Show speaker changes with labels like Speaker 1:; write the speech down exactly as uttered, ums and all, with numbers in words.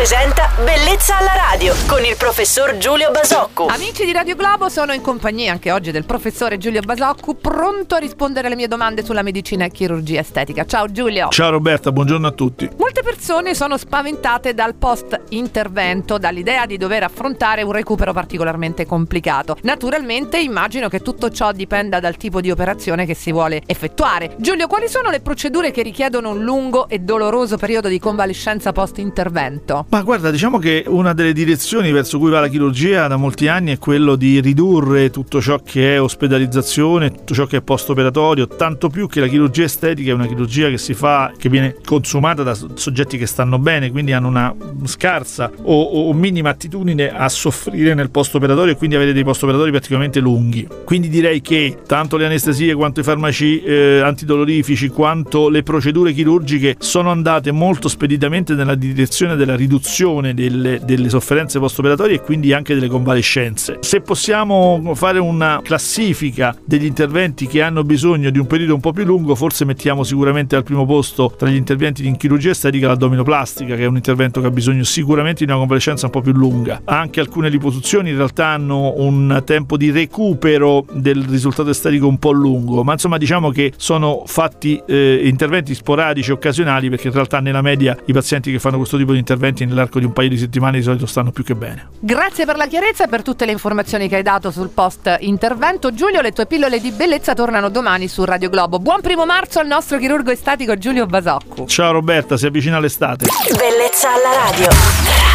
Speaker 1: presenta Bellezza alla radio con il professor Giulio Basoccu.
Speaker 2: Amici di Radio Globo, sono in compagnia anche oggi del professore Giulio Basoccu, pronto a rispondere alle mie domande sulla medicina e chirurgia estetica. Ciao Giulio.
Speaker 3: Ciao Roberta, buongiorno a tutti.
Speaker 2: Molte persone sono spaventate dal post-intervento, dall'idea di dover affrontare un recupero particolarmente complicato. Naturalmente immagino che tutto ciò dipenda dal tipo di operazione che si vuole effettuare. Giulio, quali sono le procedure che richiedono un lungo e doloroso periodo di convalescenza post-intervento?
Speaker 3: Ma guarda, diciamo che una delle direzioni verso cui va la chirurgia da molti anni è quello di ridurre tutto ciò che è ospedalizzazione, tutto ciò che è post-operatorio, tanto più che la chirurgia estetica è una chirurgia che si fa, che viene consumata da soggetti che stanno bene, quindi hanno una scarsa o, o minima attitudine a soffrire nel post-operatorio e quindi avere dei post-operatori praticamente lunghi. Quindi direi che tanto le anestesie quanto i farmaci eh, antidolorifici quanto le procedure chirurgiche sono andate molto speditamente nella direzione della riduzione delle, delle sofferenze post-operatorie e quindi anche delle convalescenze. Se possiamo fare una classifica degli interventi che hanno bisogno di un periodo un po' più lungo, forse mettiamo sicuramente al primo posto tra gli interventi in chirurgia estetica l'addominoplastica, che è un intervento che ha bisogno sicuramente di una convalescenza un po' più lunga. Anche alcune liposuzioni in realtà hanno un tempo di recupero del risultato estetico un po' lungo, ma insomma diciamo che sono fatti eh, interventi sporadici, occasionali, perché in realtà nella media i pazienti che fanno questo tipo di interventi nell'arco di un paio di settimane di solito stanno più che bene.
Speaker 2: Grazie per la chiarezza e per tutte le informazioni che hai dato sul post intervento. Giulio, le tue pillole di bellezza tornano domani su Radio Globo. Buon primo marzo al nostro chirurgo estetico Giulio Basoccu.
Speaker 3: Ciao Roberta, si avvicina l'estate.
Speaker 1: Bellezza alla radio.